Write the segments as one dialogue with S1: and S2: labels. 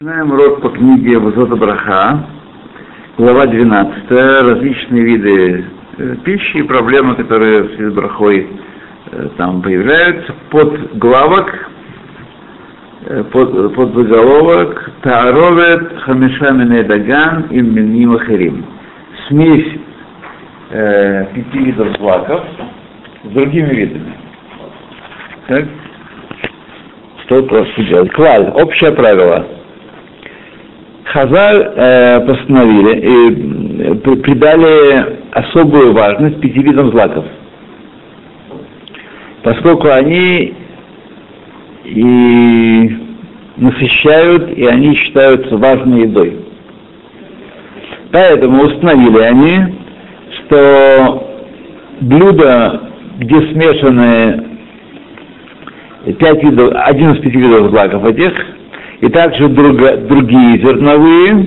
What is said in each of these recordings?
S1: Начинаем урок по книге Вазота Браха, глава 12, различные виды пищи и проблемы, которые в связи с брахой там появляются, подглавок, подзаголовок Тааровет Хамиша Миней Даган и Миним Ахерим. Смесь 5 видов злаков с другими видами. Так? Что просто делать? Клаль, общее правило. Хазаль постановили и придали особую важность 5 видам злаков, поскольку они и насыщают, и они считаются важной едой. Поэтому установили они, что блюда, где смешаны 5 видов, один из 5 видов злаков этих, и также другие зерновые,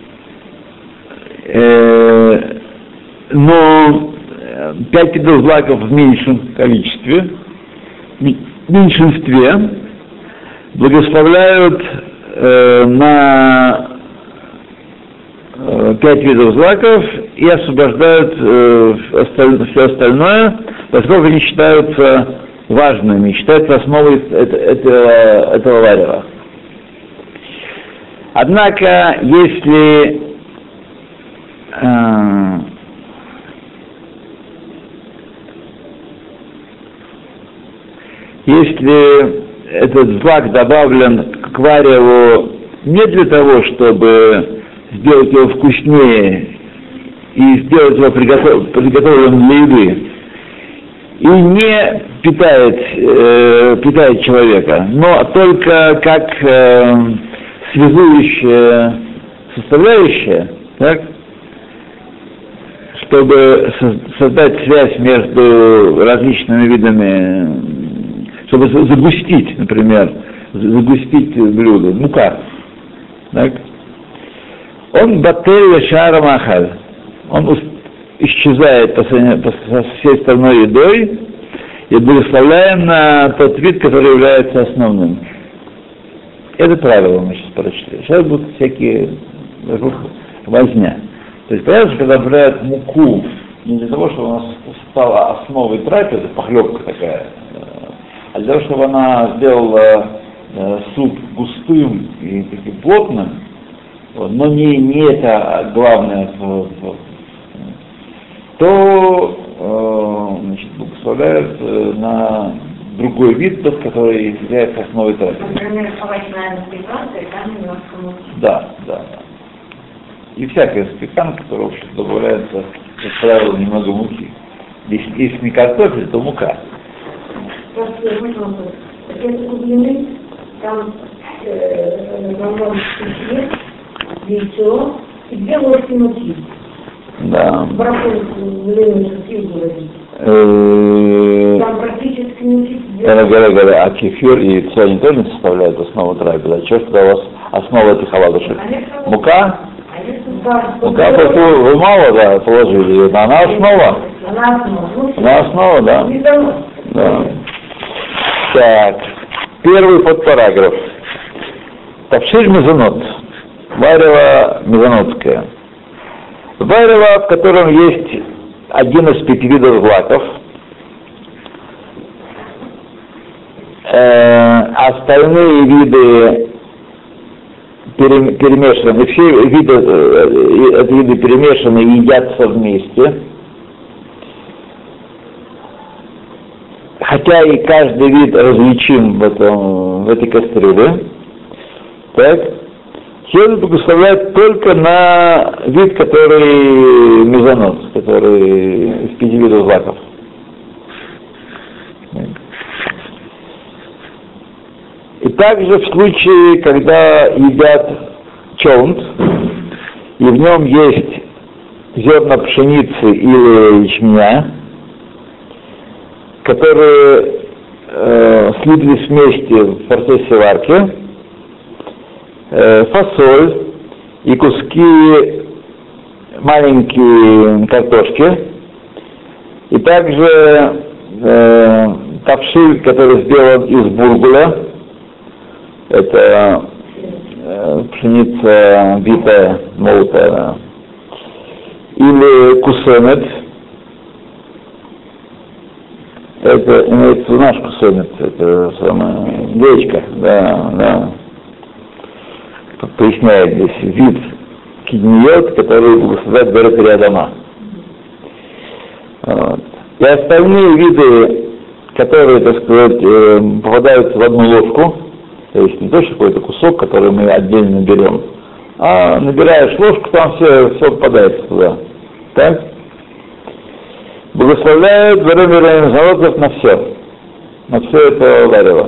S1: но 5 видов злаков в меньшем количестве, в меньшинстве, благословляют на 5 видов злаков и освобождают все остальное, поскольку они считаются важными, считаются основой этого варева. Однако, если этот злак добавлен к вареву не для того, чтобы сделать его вкуснее и сделать его приготовленным для еды, и не питает человека, но только как связующая составляющая, так, чтобы создать связь между различными видами, чтобы загустить, например, блюдо, мука, так, он батель шара махаль, он исчезает со всей остальной едой и благословляем на тот вид, который является основным. Это правило мы сейчас прочли. Сейчас будут всякие возня. То есть понятно, что когда добавляют муку не для того, чтобы она стала основой трапезы, похлебка такая, а для того, чтобы она сделала суп густым и таким плотным, но не это главное, то благословляют на другой вид, тот, который является основой трапезы.
S2: Например, овощная запеканка, и там немножко муки. Да.
S1: И всякая запеканка, которая, в общем, добавляется, как правило, немного муки. Если не картофель, то мука.
S2: Просто я поняла, что пакеты куплены, там яйцо и 2 ложки муки.
S1: Да.
S2: Браху времени сил говорить. Там практически не
S1: А кефир и яйцо они тоже не составляют основу трапезы. А что тогда у вас основа этих оладушек? Мука? Мука вы мало положили, но она основа. Она основа, да. Да. Так, первый подпараграф. Тавшиль мезонот. Варево мезонотское. Варево, в котором есть один из 5 видов злаков, остальные виды перемешаны, все виды перемешаны и едятся вместе, хотя и каждый вид различим в этой кастрюле, так, Хель благословляет только на вид, который мезонот, который из 5 видов злаков. И также в случае, когда едят чонт, и в нем есть зерна пшеницы или ячменя, которые слиплись вместе в процессе варки, фасоль и куски маленькие картошки, и также тавшиль, который сделан из бургуля, это пшеница битая, молотая, да. Или кусемет, это имеется наш кусемет, это самая гречка, да. Поясняет здесь вид кидниот, который благословляет Берет дома. Вот. И остальные виды, которые, так сказать, попадаются в одну ложку, то есть не то, что какой-то кусок, который мы отдельно берем, а набираешь ложку, там все попадает туда. Так? Благословляют Берет народов на все это варево.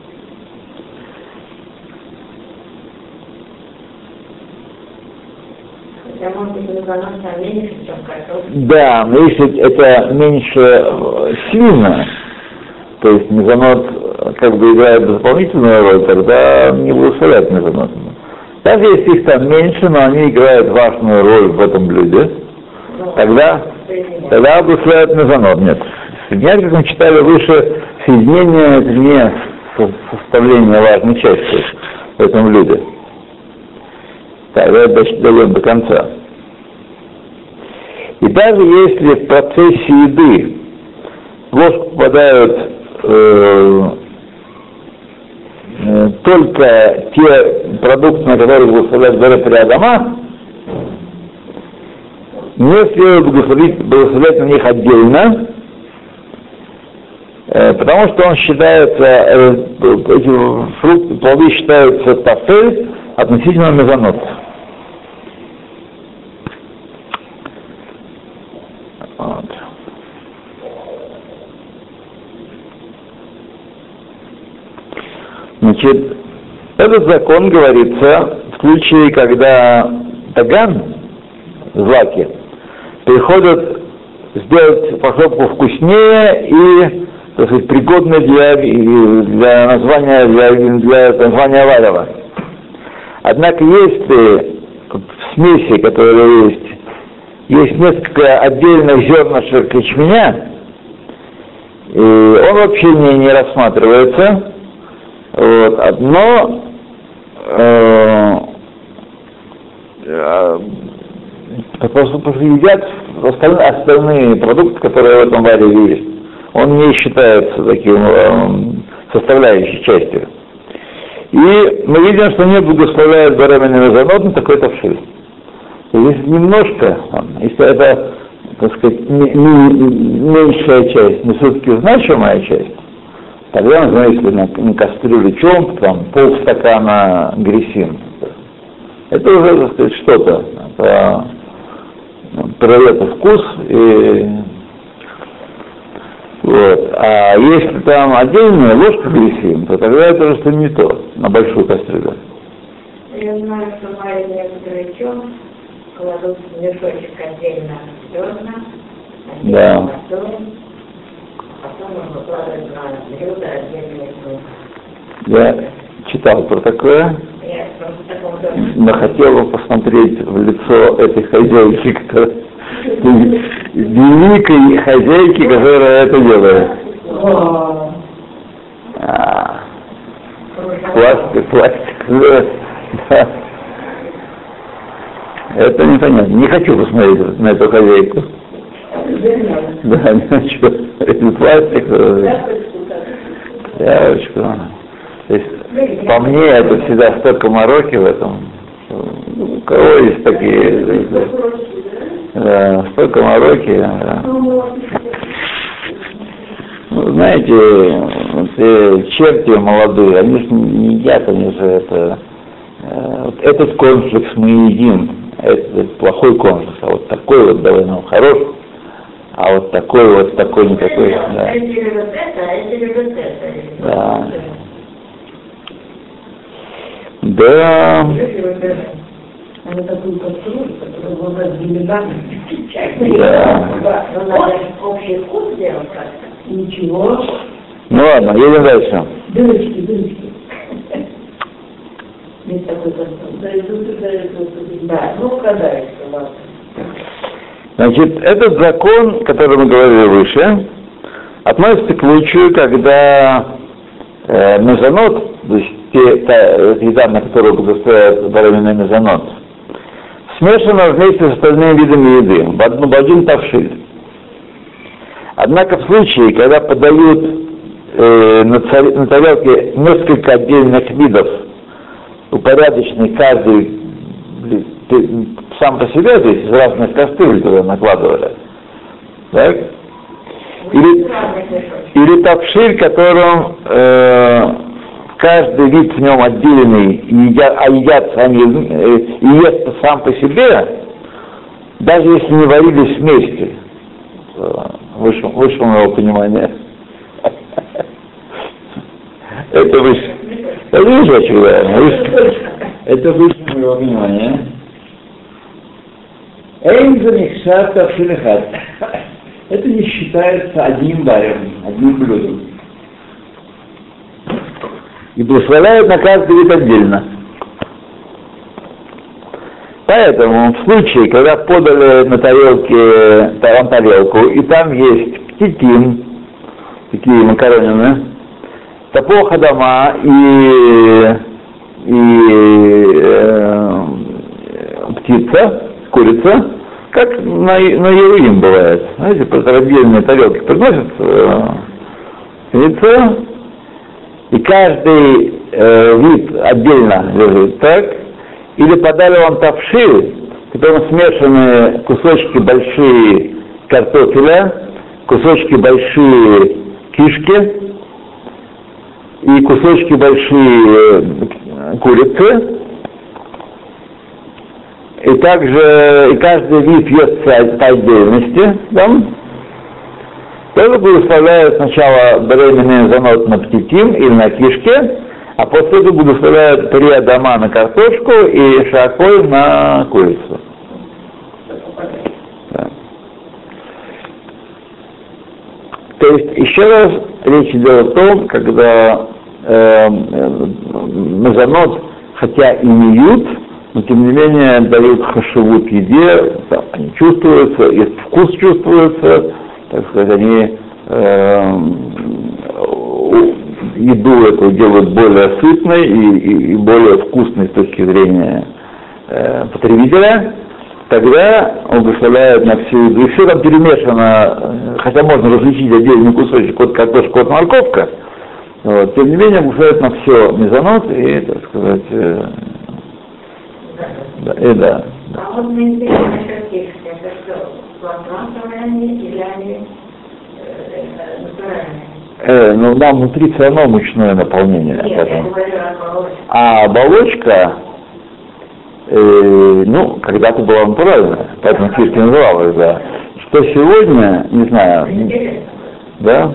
S1: Да, но если это меньше сильно, то есть мезонот как бы играет дополнительную роль, тогда не благословляют мезонот. Даже если их там меньше, но они играют важную роль в этом блюде, тогда благословляют мезонот. Нет. Соединять, как мы читали выше, соединение это не составление важной части в этом блюде. Тогда дойдем до конца. И даже если в процессе еды в ложку попадают только те продукты, на которые благословляют Берет дома, не следует благословлять на них отдельно, потому что он считается, эти фрукты, плоды считаются тафель относительно мезонот. Вот. Значит, этот закон говорится в случае, когда таган, злаки, приходят сделать похлебку вкуснее и, так сказать, пригодной для названия варева. Однако если в смеси, которая есть несколько отдельных зернышек ячменя, и он вообще не рассматривается, вот, но едят остальные продукты, которые в этом варе есть. Он не считается таким составляющей частью. И мы видим, что не благословляют барабанный мезонот на такой тавшиль. Если немножко, если это, так сказать, меньшая часть, но все-таки значимая часть, тогда, если на кастрюле чем, там полстакана грисин, это уже, так сказать, что-то, придает вкус, и вот. А если там отдельная ложка грисин, то тогда это уже не то, на большую кастрюлю.
S2: Я знаю, что варят некоторые чем, кладут в мешочек отдельно зерна, отдельно соль, потом он выкладывает на блюдо отдельные фрукты. Я
S1: читал про такое, но хотел бы посмотреть в лицо этой хозяйки, которая великой хозяйки, которая это делает. Пластик, да. Это непонятно. Не хочу посмотреть на эту хозяйку. Да, не хочу. Это пластик. Девочку. То есть, по мне, это всегда столько мороки в этом. У кого есть такие... Да, столько мороки. Да. Ну, знаете, черти молодые, они же не едят, они же это... Вот этот конфликт мы едим, это плохой конфликт, а вот такой вот довольно хороший, а вот такой не такой. Да. Да. Да.
S2: Они такую кастрюлю, которую можно с деньгами
S1: Да.
S2: Но надо общий вкус сделать как-то. Ничего.
S1: Ну ладно, едем дальше.
S2: Дырочки. Есть такой кастрюль. Да, когда это, ладно.
S1: Значит, этот закон, который мы говорили выше, относится к случаю, когда мезонот, то есть еда, на которую благословляют барамина мезонот, смешана вместе с остальными видами еды, в один тавшиль. Однако в случае, когда подают на тарелке несколько отдельных видов, упорядоченный каждый сам по себе, то есть из разных кастрюль туда накладывали, так? Или тавшиль, в котором каждый вид в нем отдельный, и едят сам по себе, даже если не варились вместе. Вышло моего понимания. Это выше. Это выше, это выше моего понимания. Эйнзамикшат тавшилихат. Это не считается одним барем, одним блюдом. И благословляют на каждый вид отдельно. Поэтому в случае, когда подали на тарелке тарелку, и там есть птитим, такие макаронины, тапох адама и птица, курица, как на Еруим бывает. Знаете, просто отдельные тарелки приносят яйцо, и каждый вид отдельно лежит, так? Или подали вам тавшиль, в котором смешаны кусочки большие картофеля, кусочки большие кишки и кусочки большие курицы. И также и каждый вид естся по отдельности, да? Тоже благословляют сначала беременный занот на птитим или на кишке, а после этого благословляют при адама на картошку и шаколь на курицу. Да. То есть, еще раз, речь идет о том, когда мезонот, хотя и не ют, но тем не менее дают хашивут еде, там, они чувствуются, есть вкус чувствуется, так сказать, они еду эту делают более сытной и более вкусной с точки зрения потребителя, тогда благословляют на всю еду. И все там перемешано, хотя можно различить отдельный кусочек, вот картошка, вот морковка, вот, тем не менее благословляют на все мезонот и, так сказать, да.
S2: А вот мне интересно, насчет кишки, это что, пластмассовые они или они натуральные?
S1: Ну, там внутри все равно мучное наполнение.
S2: Нет, я говорю о оболочке.
S1: А оболочка, ну, когда-то была натуральная, поэтому кишки называлась, да. Что сегодня, не знаю, да?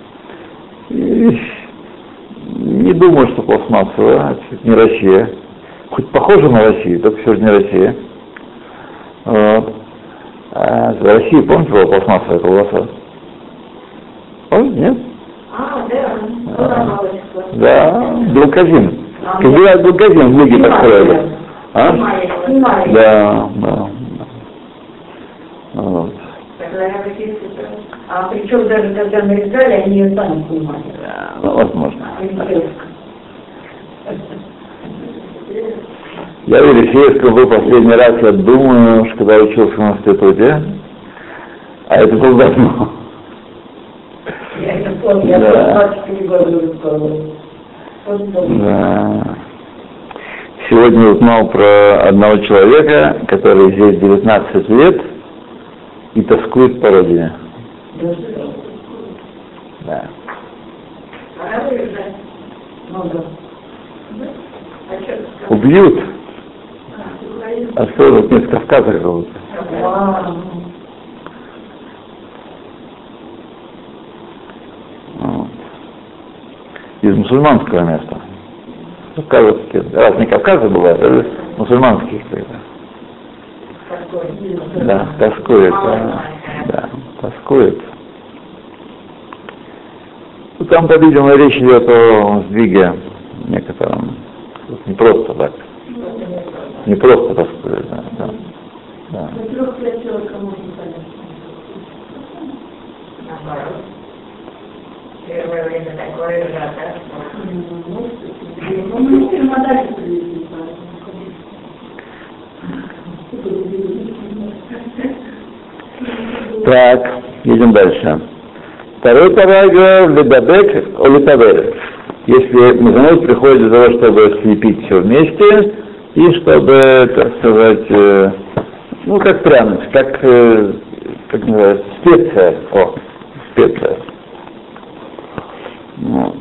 S1: Не думаю, что пластмассовая, это не Россия. Хоть похоже на Россию, только все же не Россия. Вот. А в России, помните, была пластмассовая колбаса? Помните, нет? Да, глюкозин. Когда глюкозин в Лиге построили. А? Да. Вот.
S2: А причем даже когда нарезали, они ее сами снимали.
S1: Ну, возможно. Я в Елисеевском был последний раз, я думаю, что когда учился в институте, а это было давно.
S2: Я это помню, я 24 года
S1: Да. Сегодня узнал про одного человека, который здесь 19 лет и тоскует по родине. Да. Убьют. А что тут нет, с Кавказа какого-то? Вот. Из мусульманского места. Кажется, раз не Кавказа бывает, а мусульманских каких-то. Да, тоскует. Да, тоскует. Ну, там, по-видимому, речь идет о сдвиге некотором. Не просто так. Не просто тоскует, да.
S2: Первое время такое же, да?
S1: Так, идем дальше. Второй параграф, ледабек, олитавер. Если мезонот приходит для того, чтобы слепить все вместе, и чтобы, так сказать, ну, как пряность, как называется, специя. О, специя. Вот.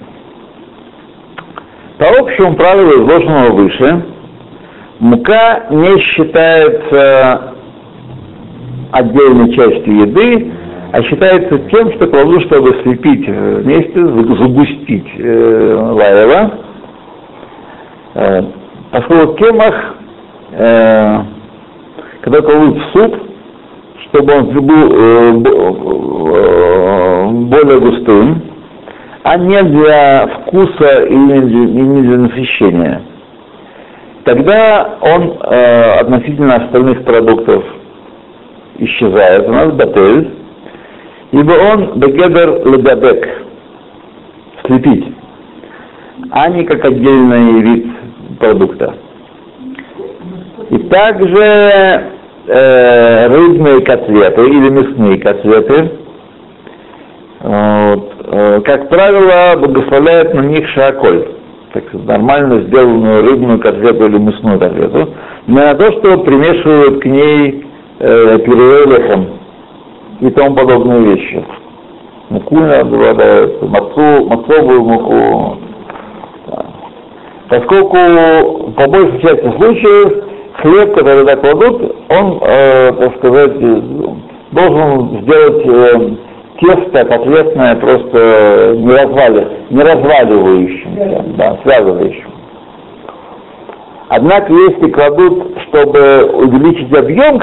S1: По общему правилу, изложенного выше, мука не считается отдельной частью еды, а считается тем, что кладут, чтобы слепить вместе, загустить варево. Поскольку кемах, когда кладут в суп, чтобы он был более густым, а не для вкуса и не для насыщения, тогда он относительно остальных продуктов исчезает. У нас батель, ибо он бегедер ледабек, слепить, а не как отдельный вид продукта. И также рыбные котлеты или мясные котлеты, как правило, благословляют на них шааколь, так нормально сделанную рыбную котлету или мясную котлету, но на то, что примешивают к ней пюре лехом и тому подобные вещи. Муку добавляют, мацовую муку. Поскольку по большей части случаев хлеб, который так кладут, он, так сказать, должен сделать тесто котлетное просто не разваливающимся, да, связывающим. Однако, если кладут, чтобы увеличить объем,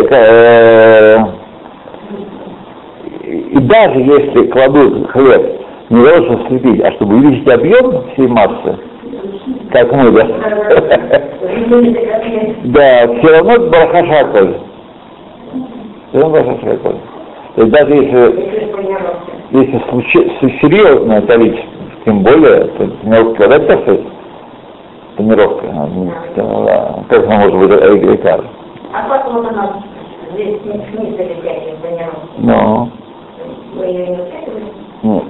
S1: и даже если кладут хлеб не для того, чтобы слепить, а чтобы увеличить объем всей массы, как мы, да? Да, все равно это браха шаколь. Все равно браха шаколь. То есть даже если серьезное количество, тем более, то мелкая, да, это тонировка, как она может быть эгрекар.
S2: А потом у нас здесь низ залетящий в тонировку.
S1: Ну.
S2: Вы ее не учитываете?
S1: Нет.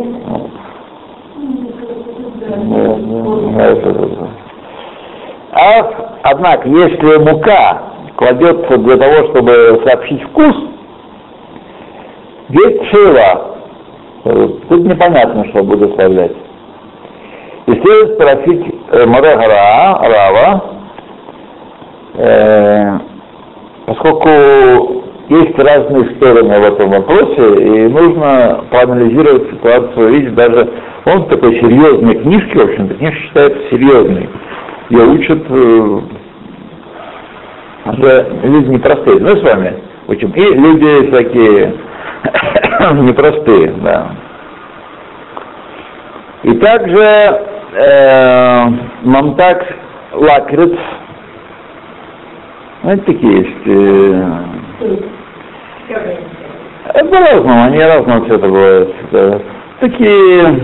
S1: Однако, если мука кладется для того, чтобы сообщить вкус, есть шева. Тут непонятно, что благословлять. И следует спросить Море Рава, поскольку есть разные стороны в этом вопросе, и нужно проанализировать ситуацию, видеть, даже он такой серьезной книжки, в общем-то, книжка считается серьезной. Ее учат уже люди непростые. Мы с вами учим. И люди всякие непростые, да. И также Мамтак Лакриц, знаете, такие есть. Это по-разному, они разного цвета бывают. Да. Такие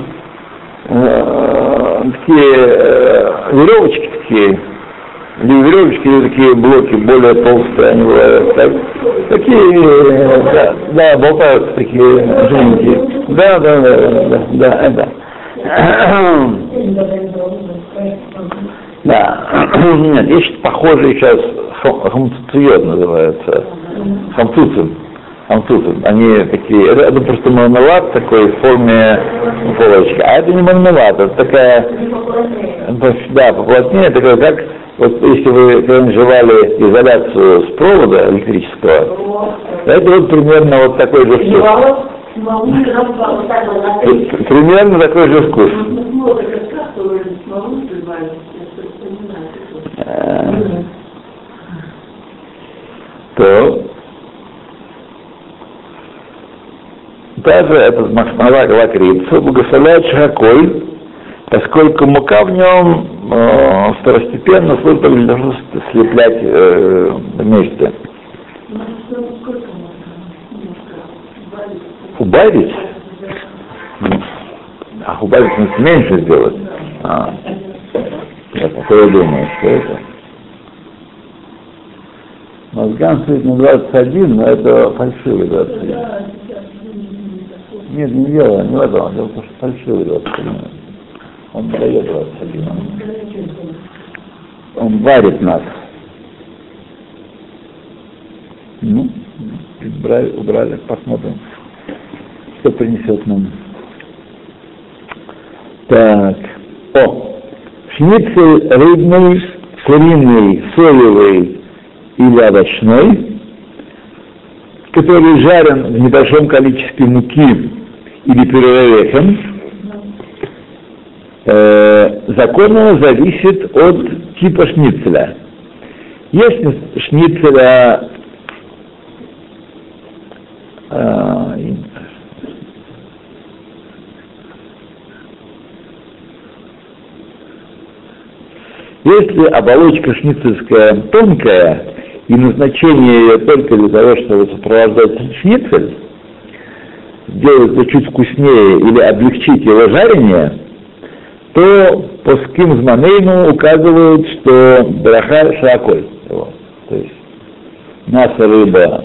S1: веревочки такие, или веревочки, или такие блоки более толстые, они бывают. Так, такие, да, болтаются такие жиденькие. Да. Да, нет, есть похожие сейчас хамцуциот называются, хамцуцин. Они такие, это просто мармелад такой в форме полочки, а это не мармелад, это такая, да, поплотнее, такая, как, вот если вы когда-нибудь жевали изоляцию с провода электрического, это вот примерно вот такой же вкус. Примерно такой же вкус. То даже этот махмала лакрица благословляет шаколь, поскольку мука в нем второстепенно служит для того, чтобы слеплять вместе. Убавить? убавить, в смысле, меньше сделать. Я такое думаю, что это. Мозган стоит на 21, но это фальшивый 21. Нет, не дело, не в этом, дело в том, что фальшивый 21. Он не дает 21. Он варит нас. Ну, убрали, посмотрим, что принесет нам. Так, шницель рыбный, куриный, соевый или овощной, который жарен в небольшом количестве муки или пюре законно зависит от типа шницеля. Если шницеля если оболочка шницельская тонкая и назначение ее только для того, чтобы сопровождать шницель, сделать его чуть вкуснее или облегчить его жарение, то поским зманейну указывают, что браха шаколь, то есть мясо, рыба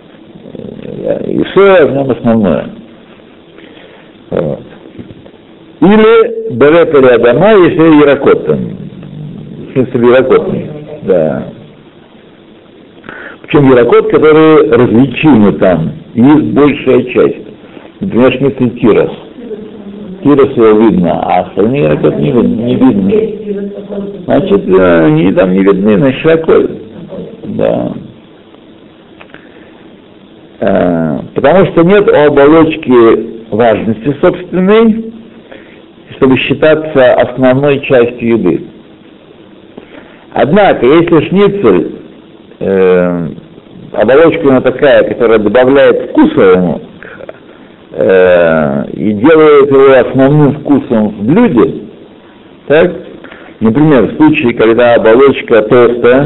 S1: и соя в нем основное. Вот. Или берет или адама, если ярокот там, шницель ярокотный, да. Причем ярокот, который различимы там, есть большая часть. Например, шницель тирос. Тирос его видно, а остальные ярокот не видно. Значит, они там не видны, значит, шаколь. Да. Потому что нет у оболочки важности собственной, чтобы считаться основной частью еды. Однако, если шницель, оболочка она такая, которая добавляет вкуса ему, и делает его основным вкусом в блюде, так, например, в случае, когда оболочка толстая,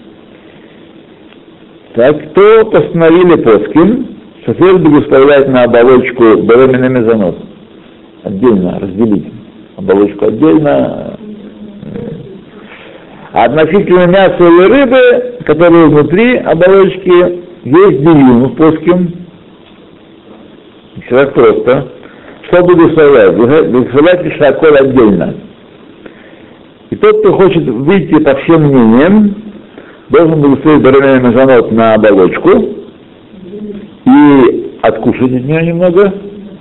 S1: так, то постановили поским, что следует благословлять на оболочку беременными занос. Отдельно разделить оболочку отдельно. А относительно мяса или рыбы, которые внутри оболочки, есть дивину поским. Все так просто. Что благословлять? Благословлять лишь шаколь отдельно. И тот, кто хочет выйти по всем мнениям, должен благословить беременный мезонот на оболочку и откушать от нее немного,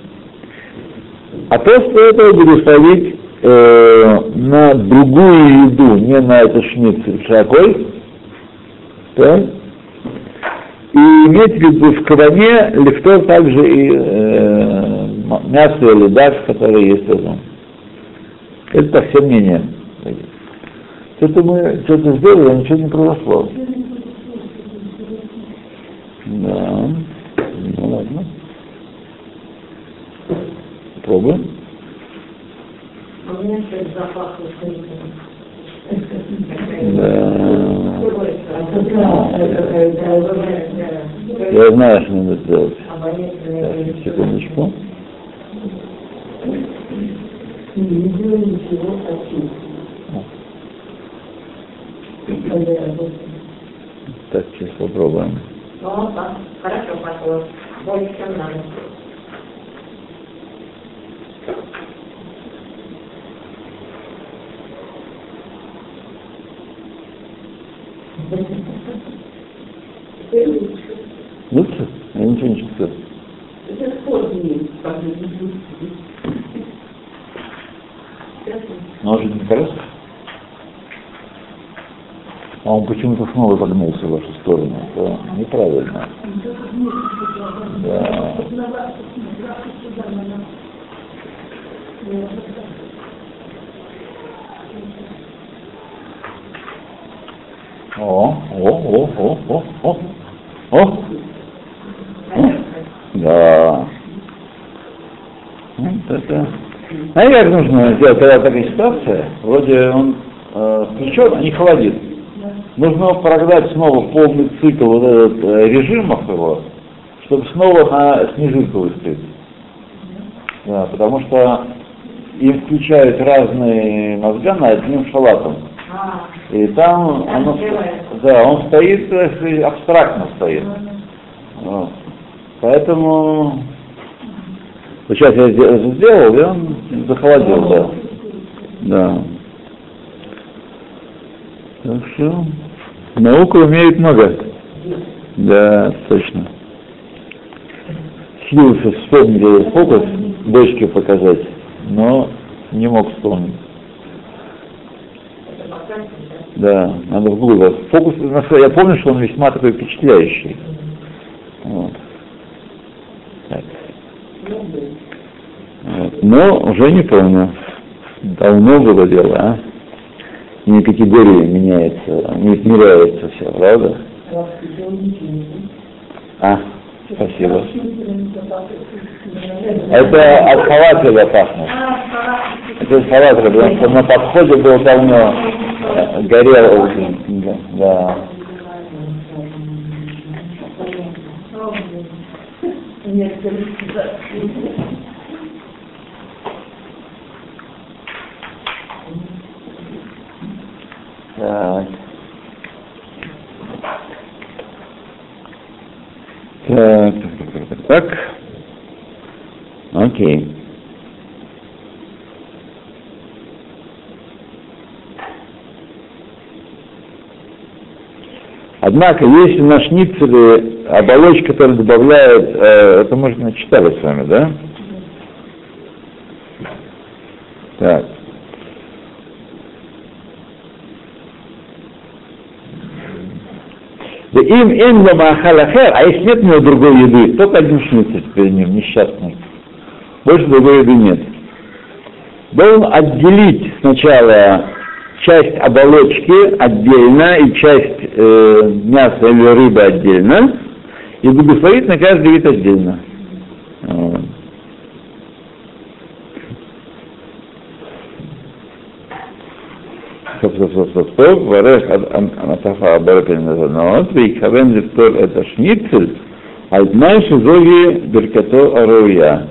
S1: а после этого благословить на другую еду, не на эту шницель шаколь, да? И иметь в виду в каване лифтор также и мясо или даш, которые есть там. Это по всем мнениям. Что-то мы что-то сделали, а ничего не произошло. Да. Ну ладно. Пробуем.
S2: А у меня что-то запахло
S1: Да. Я знаю, что надо сделать. Так, секундочку.
S2: Не делай ничего такого.
S1: Так, сейчас попробуем.
S2: Ну, так, хорошо пошло. Больше, чем надо.
S1: Лучше? Я ничего не чувствую.
S2: Это сложнее.
S1: Может быть, хорошо? А он почему-то снова загнулся в вашу сторону. Это неправильно. Да. О. Да. Вот это. А как нужно сделать, когда такая ситуация? Вроде он включен, а не холодит. Нужно прогнать снова полный цикл вот этот режимов его, чтобы снова на снежинку выставить. Да, потому что им включают разные мозганы одним шалатом. И там он стоит, абстрактно стоит. Вот. Поэтому сейчас я сделал, и он захолодел, да. Да. Так что наука умеет много. Да, точно. Силился вспомнить этот фокус, дочке показать, но не мог вспомнить. Да, надо в Google. Фокус, я помню, что он весьма такой впечатляющий. Вот. Так. Вот. Но уже не помню. Давно было дело, а? Не категории меняется, не измеряется все, правда? Спасибо. Это от халателя пахнет. Это от халателя, потому что на подходе был давно горел. Да. Так. Окей. Однако, если на шницеле оболочка, которая добавляет, это можно читали с вами, да? Так. Да им ламахалахер, а если нет у него другой еды, только один шницель перед ним, несчастный. Больше другой еды нет. Должен отделить сначала часть оболочки отдельно и часть мяса или рыбы отдельно и благословить на каждый вид отдельно. Стоп. Варех Анатафа Абарапин Назанот, Вейхавен Лифтор это шницель, Альтмай Шизоги Беркато Аруя.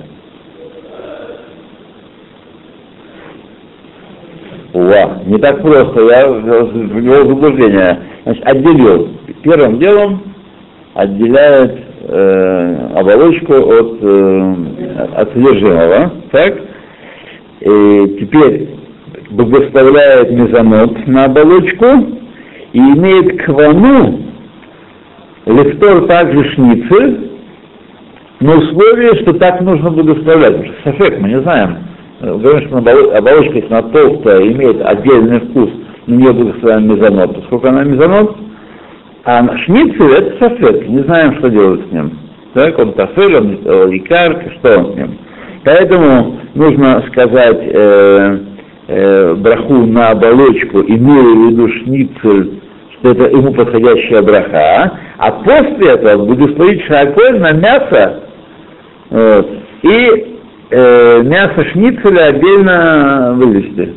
S1: Не так просто, я ввел заблуждение. Значит, отделил. Первым делом отделяет оболочку от содержимого. Так? И теперь благословляет мезонот на оболочку и имеет квану лифтор также шницель, на условии, что так нужно благословлять. Потому что сафек, мы не знаем. Говорим, что оболочка, если она толстая, имеет отдельный вкус, на нее благословляем мезонот. Поскольку она мезонот, а шницель это сафек, не знаем, что делать с ним. Так, он тафель, он икар, что он с ним. Поэтому нужно сказать браху на оболочку, имея в виду шницель, что это ему подходящая браха, а после этого благословить шаколь на мясо и мясо шницеля отдельно вывести.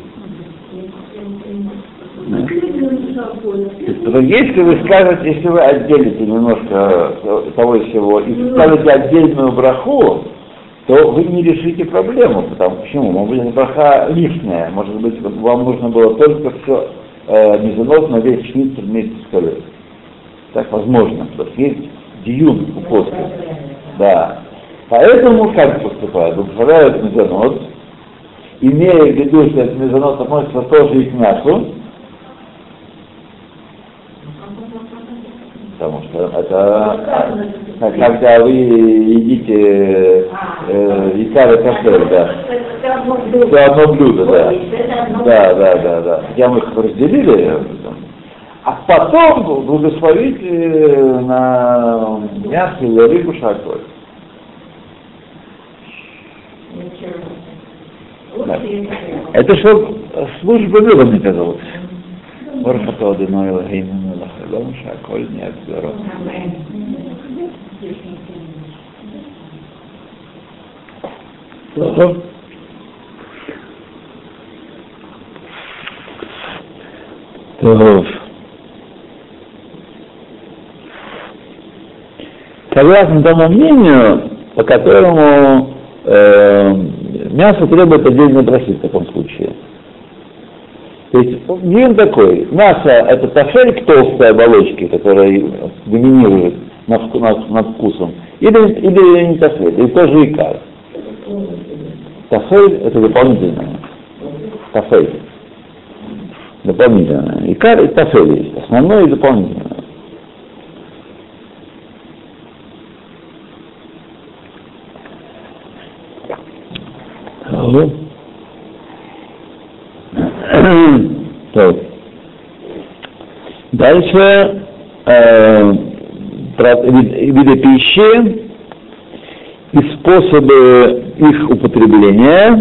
S1: Если вы скажете, если вы отделите немножко того и всего и скажете отдельную браху, то вы не решите проблему. Почему? Может быть, браха лишняя. Может быть, вам нужно было только все мезонот на весь шницель вместе с колесом. Так возможно. То есть есть диюн у после. Да. Поэтому как поступают? Благословляют мезонот, имея в виду, что этот мезонот относится тоже и к мясу, потому что это когда вы едите икар и кашер, да. Это одно блюдо, да. Да. Я мы их разделили, а потом благословите на мясо или рыбу шаколь. Да. Это что служба любовь казалось. Бархату Адоной Элохейну мелech хаолам ше'акol нהיה בדברו. טוב. טוב. Согласно тому мнению, по которому Мясо требует отдельной брахи в таком случае. То есть дин такой, мясо это тафель к толстой оболочке, которая доминирует над вкусом, или не тафель, или тоже икар. Тафель это дополнительное. Тафель. Дополнительное. Икар и тафель есть. Основное и дополнительное. Так. Дальше виды пищи и способы их употребления.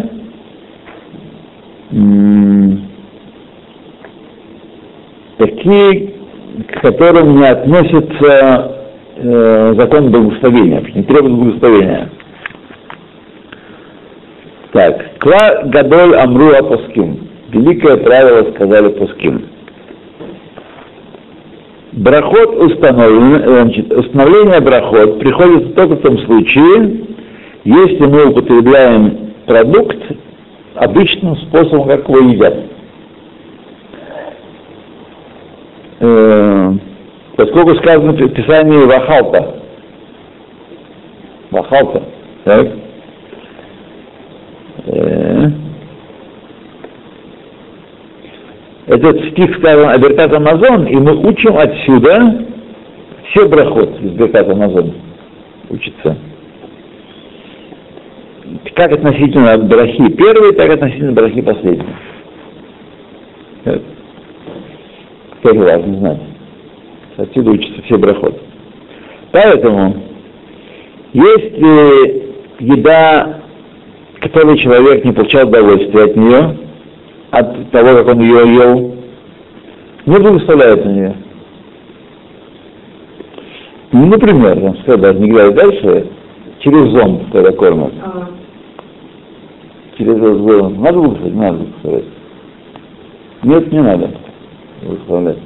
S1: Такие, к которым не относится закон благословения, не требует благословения. Так, кла гадоль амру апоским. Великое правило сказали пуским. Брахот установлен, значит, установление брахот приходится только в том случае, если мы употребляем продукт обычным способом, как его едят. Поскольку сказано в Писании вахалта. Вахалта, так? Этот стих сказан о Беркат Амазон, и мы учим отсюда все брахот из Беркат Амазон. Учится. Как относительно брахи первой, так относительно брахи последней. Тоже важно знать. Отсюда учатся все брахот. Поэтому, если еда, которой человек не получал удовольствия от нее, от того, как он ее ел, не благословляет на нее. Ну, например, там сказать, даже не говоря дальше, через зонт, когда кормят. Через зонт. Надо благословлять? Надо благословлять. Нет, не надо благословлять.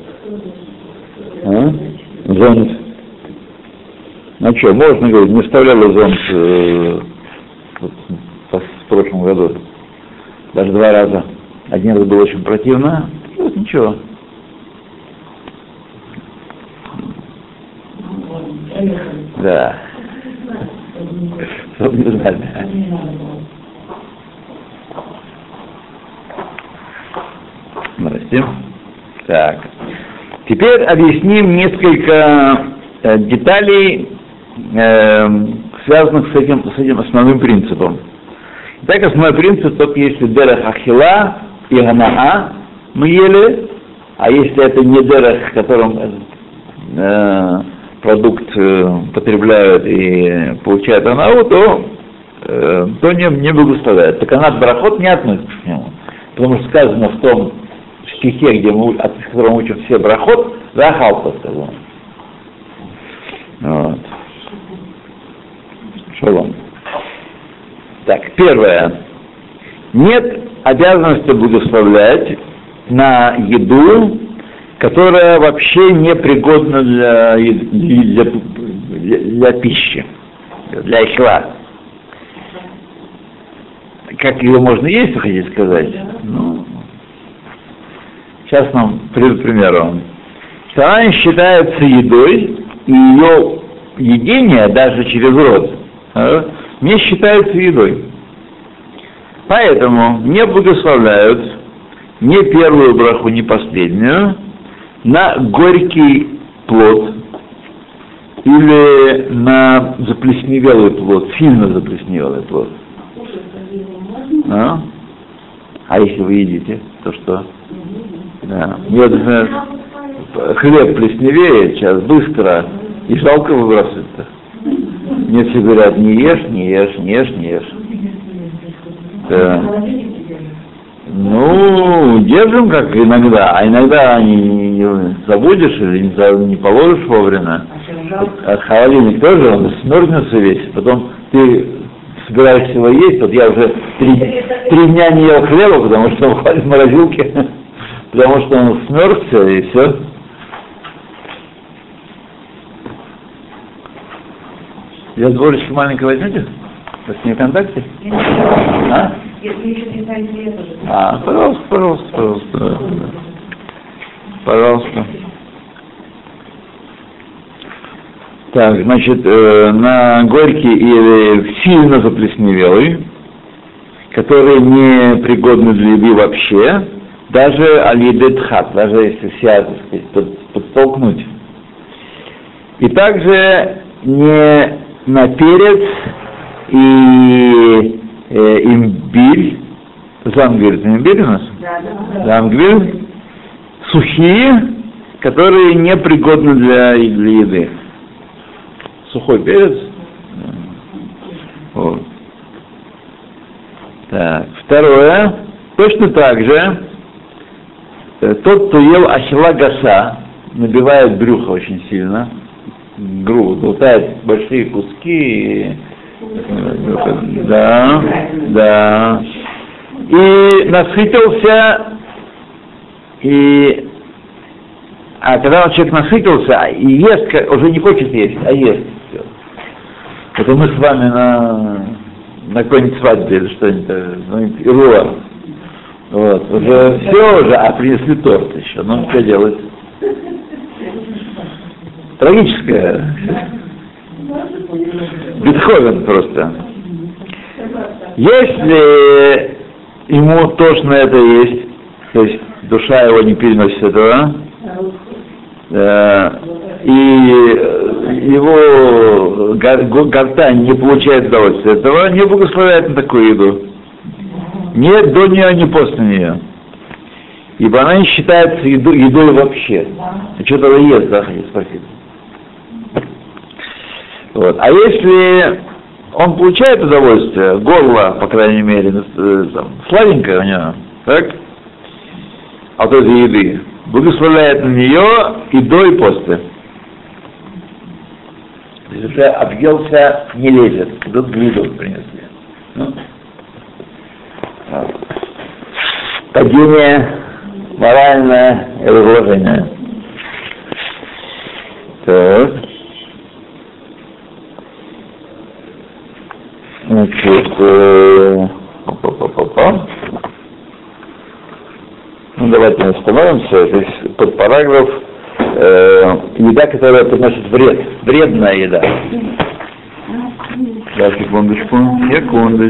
S1: Зонт. Ну что, можно говорить, не вставляла зонт в прошлом году. Даже 2 раза. Один раз было очень противно, вот ничего. Да. Чтобы не знали. Здрасте. Так. Теперь объясним несколько деталей, связанных с этим основным принципом. Так, основной принцип, только если дерех ахила и ганаа мы ели, а если это не дерех, которым продукт потребляют и получают ганау, то не благословляют. Так анат брахот не относится к нему. Потому что сказано в том стихе, где мы, от которого мы учим все брахот, захалта сказано. Вот. Шалом. Так, первое. Нет обязанности благословлять на еду, которая вообще не пригодна для пищи, для ихла. Как ее можно есть, вы хотите сказать? Ну, сейчас нам примеру. Она считается едой, и ее едение даже через рот не считается едой. Поэтому не благословляют ни первую браху, ни последнюю на горький плод или на заплесневелый плод, сильно заплесневелый плод. А если вы едите, то что? Да. Нет, например, хлеб плесневеет, сейчас быстро, и жалко выбрасывать-то. Мне все говорят, не ешь, не ешь, не ешь, не ешь. Да. Ну, держим как иногда, а иногда не забудешь или не положишь вовремя. А холодильник тоже, он смерзнется весь, потом ты собираешься его есть, вот я уже 3 дня не ел хлеба, потому что он хватит в морозилке, потому что он смерзся и все. Я дворечку маленько возьмете? Вы с ней в контакте? А?
S2: Если еще не знаете, я тоже.
S1: Пожалуйста. Так, значит, на горький или сильно заплесневелый, которые не пригодны для еды вообще, даже алидетхат, даже если себя, так сказать, подтолкнуть. И также не на перец и имбирь, замгвиль, это имбирь у нас?
S2: Да.
S1: Замгвиль, сухие, которые не пригодны для еды. Сухой перец. Вот. Так, второе. Точно так же тот, кто ел ахила гаса, набивает брюхо очень сильно, грудь, болтает большие куски, да, и насытился, а когда человек насытился и ест, уже не хочет есть, а ест все. Это мы с вами на какой-нибудь свадьбе или что-нибудь, ируа. Вот, уже все уже, а принесли торт еще, ну что делать? Трагическое. Бетховен просто. Если ему тошно это есть, то есть душа его не переносит этого, и его гортань не получает удовольствия от этого, не благословляет на такую еду. Нет до нее, ни после нее. Ибо она не считается едой вообще. А что-то ест, да, спасибо. Вот. А если он получает удовольствие, горло, по крайней мере, сладенькое у него, так? От этой еды, благословляет на нее и до, и после. То есть уже объелся, не лезет, тут еду принесли. Ну. Падение, моральное разложение. Так. Значит, ну давайте остановимся. Здесь под параграф еда, которая приносит вред. Вредная еда. Да, секундочку.